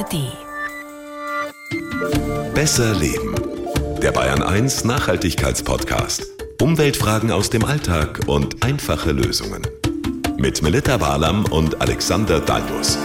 ARD. Besser leben. Der Bayern 1 Nachhaltigkeitspodcast. Umweltfragen aus dem Alltag und einfache Lösungen. Mit Melitta Walam und Alexander Dalmus.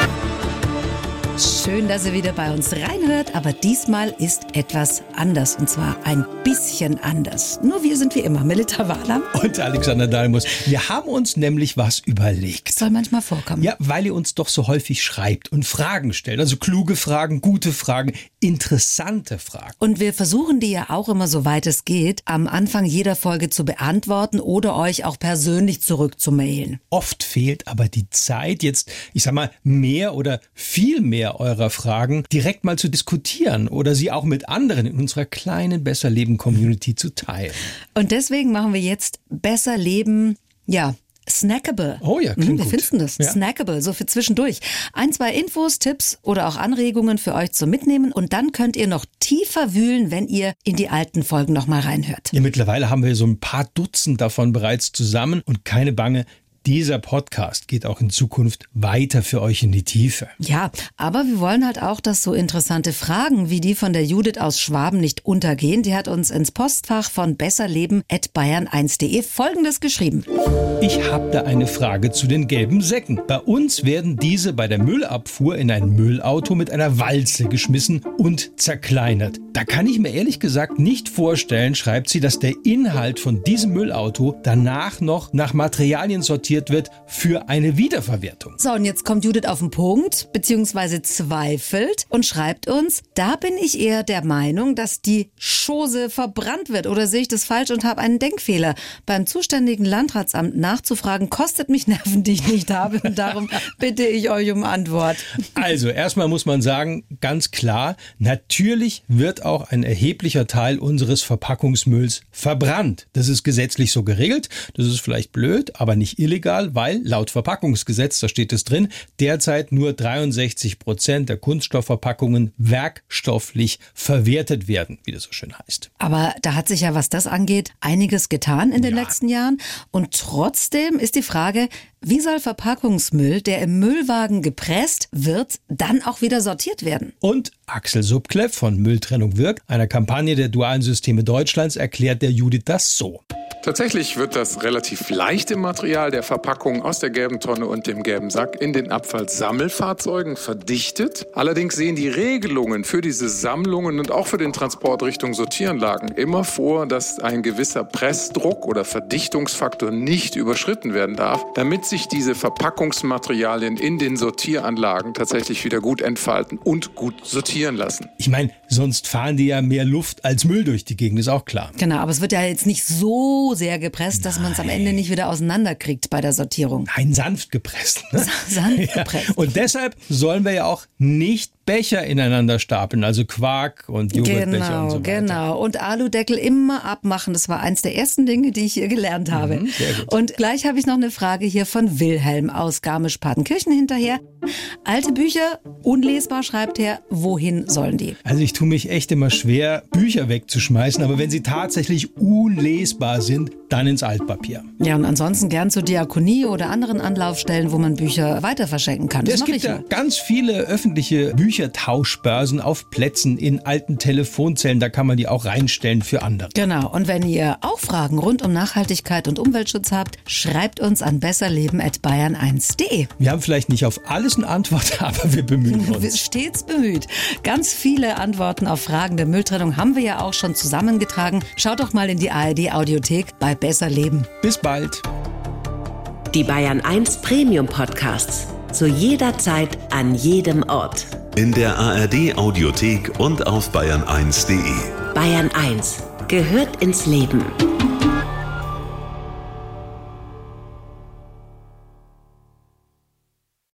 Schön, dass ihr wieder bei uns reinhört, aber diesmal ist etwas anders, und zwar ein bisschen anders. Nur wir sind wie immer Melitta Walam und Alexander Dalmus. Wir haben uns nämlich was überlegt. Soll manchmal vorkommen. Ja, weil ihr uns doch so häufig schreibt und Fragen stellt. Also kluge Fragen, gute Fragen, interessante Fragen. Und wir versuchen die ja auch immer, soweit es geht, am Anfang jeder Folge zu beantworten oder euch auch persönlich zurückzumailen. Oft fehlt aber die Zeit, jetzt, ich sag mal, mehr oder viel mehr eurer Fragen direkt mal zu diskutieren oder sie auch mit anderen in unserer kleinen Besser Leben Community zu teilen. Und deswegen machen wir jetzt Besser Leben, ja, snackable. Oh ja, klingt Wie gut. findest du das? Ja. Snackable, so für zwischendurch. 1, 2 Infos, Tipps oder auch Anregungen für euch zum Mitnehmen. Und dann könnt ihr noch tiefer wühlen, wenn ihr in die alten Folgen nochmal reinhört. Ja, mittlerweile haben wir so ein paar Dutzend davon bereits zusammen und keine Bange, dieser Podcast geht auch in Zukunft weiter für euch in die Tiefe. Ja, aber wir wollen halt auch, dass so interessante Fragen wie die von der Judith aus Schwaben nicht untergehen. Die hat uns ins Postfach von besserleben@bayern1.de Folgendes geschrieben. Ich habe da eine Frage zu den gelben Säcken. Bei uns werden diese bei der Müllabfuhr in ein Müllauto mit einer Walze geschmissen und zerkleinert. Da kann ich mir ehrlich gesagt nicht vorstellen, schreibt sie, dass der Inhalt von diesem Müllauto danach noch nach Materialien sortiert wird für eine Wiederverwertung. So, und jetzt kommt Judith auf den Punkt, beziehungsweise zweifelt und schreibt uns, da bin ich eher der Meinung, dass die Chose verbrannt wird. Oder sehe ich das falsch und habe einen Denkfehler? Beim zuständigen Landratsamt nachzufragen, kostet mich Nerven, die ich nicht habe. Und darum bitte ich euch um Antwort. Also, erstmal muss man sagen, ganz klar, natürlich wird auch ein erheblicher Teil unseres Verpackungsmülls verbrannt. Das ist gesetzlich so geregelt. Das ist vielleicht blöd, aber nicht illegal, weil laut Verpackungsgesetz, da steht es drin, derzeit nur 63% der Kunststoffverpackungen werkstofflich verwertet werden, wie das so schön heißt. Aber da hat sich ja, was das angeht, einiges getan in den letzten Jahren. Und trotzdem ist die Frage, wie soll Verpackungsmüll, der im Müllwagen gepresst wird, dann auch wieder sortiert werden? Und Axel Subkleff von Mülltrennung wirkt, einer Kampagne der Dualen Systeme Deutschlands, erklärt der Judith das so. Tatsächlich wird das relativ leichte Material der Verpackung aus der gelben Tonne und dem gelben Sack in den Abfallsammelfahrzeugen verdichtet. Allerdings sehen die Regelungen für diese Sammlungen und auch für den Transport Richtung Sortieranlagen immer vor, dass ein gewisser Pressdruck oder Verdichtungsfaktor nicht überschritten werden darf, damit sich diese Verpackungsmaterialien in den Sortieranlagen tatsächlich wieder gut entfalten und gut sortieren lassen. Ich meine, sonst fahren die ja mehr Luft als Müll durch die Gegend, ist auch klar. Genau, aber es wird ja jetzt nicht so sehr gepresst, dass man es am Ende nicht wieder auseinanderkriegt bei der Sortierung. Nein, sanft gepresst. Ne? Sanft gepresst. Ja. Und deshalb sollen wir ja auch nicht Becher ineinander stapeln, also Quark und Joghurtbecher und so weiter. Genau. Und Aludeckel immer abmachen. Das war eins der ersten Dinge, die ich hier gelernt habe. Sehr gut. Und gleich habe ich noch eine Frage hier von Wilhelm aus Garmisch-Partenkirchen hinterher. Alte Bücher, unlesbar, schreibt er, wohin sollen die? Also ich tue mich echt immer schwer, Bücher wegzuschmeißen, aber wenn sie tatsächlich unlesbar sind, dann ins Altpapier. Ja, und ansonsten gern zur Diakonie oder anderen Anlaufstellen, wo man Bücher weiter verschenken kann. Es gibt ja ganz viele öffentliche Büchertauschbörsen auf Plätzen in alten Telefonzellen, da kann man die auch reinstellen für andere. Genau, und wenn ihr auch Fragen rund um Nachhaltigkeit und Umweltschutz habt, schreibt uns an besserleben@bayern1.de. Wir haben vielleicht nicht auf alles eine Antwort, aber wir bemühen Wir uns. sind stets bemüht. Ganz viele Antworten auf Fragen der Mülltrennung haben wir ja auch schon zusammengetragen. Schaut doch mal in die ARD-Audiothek bei Besser Leben. Bis bald. Die Bayern 1 Premium Podcasts. Zu jeder Zeit, an jedem Ort. In der ARD Audiothek und auf bayern1.de. Bayern 1 gehört ins Leben.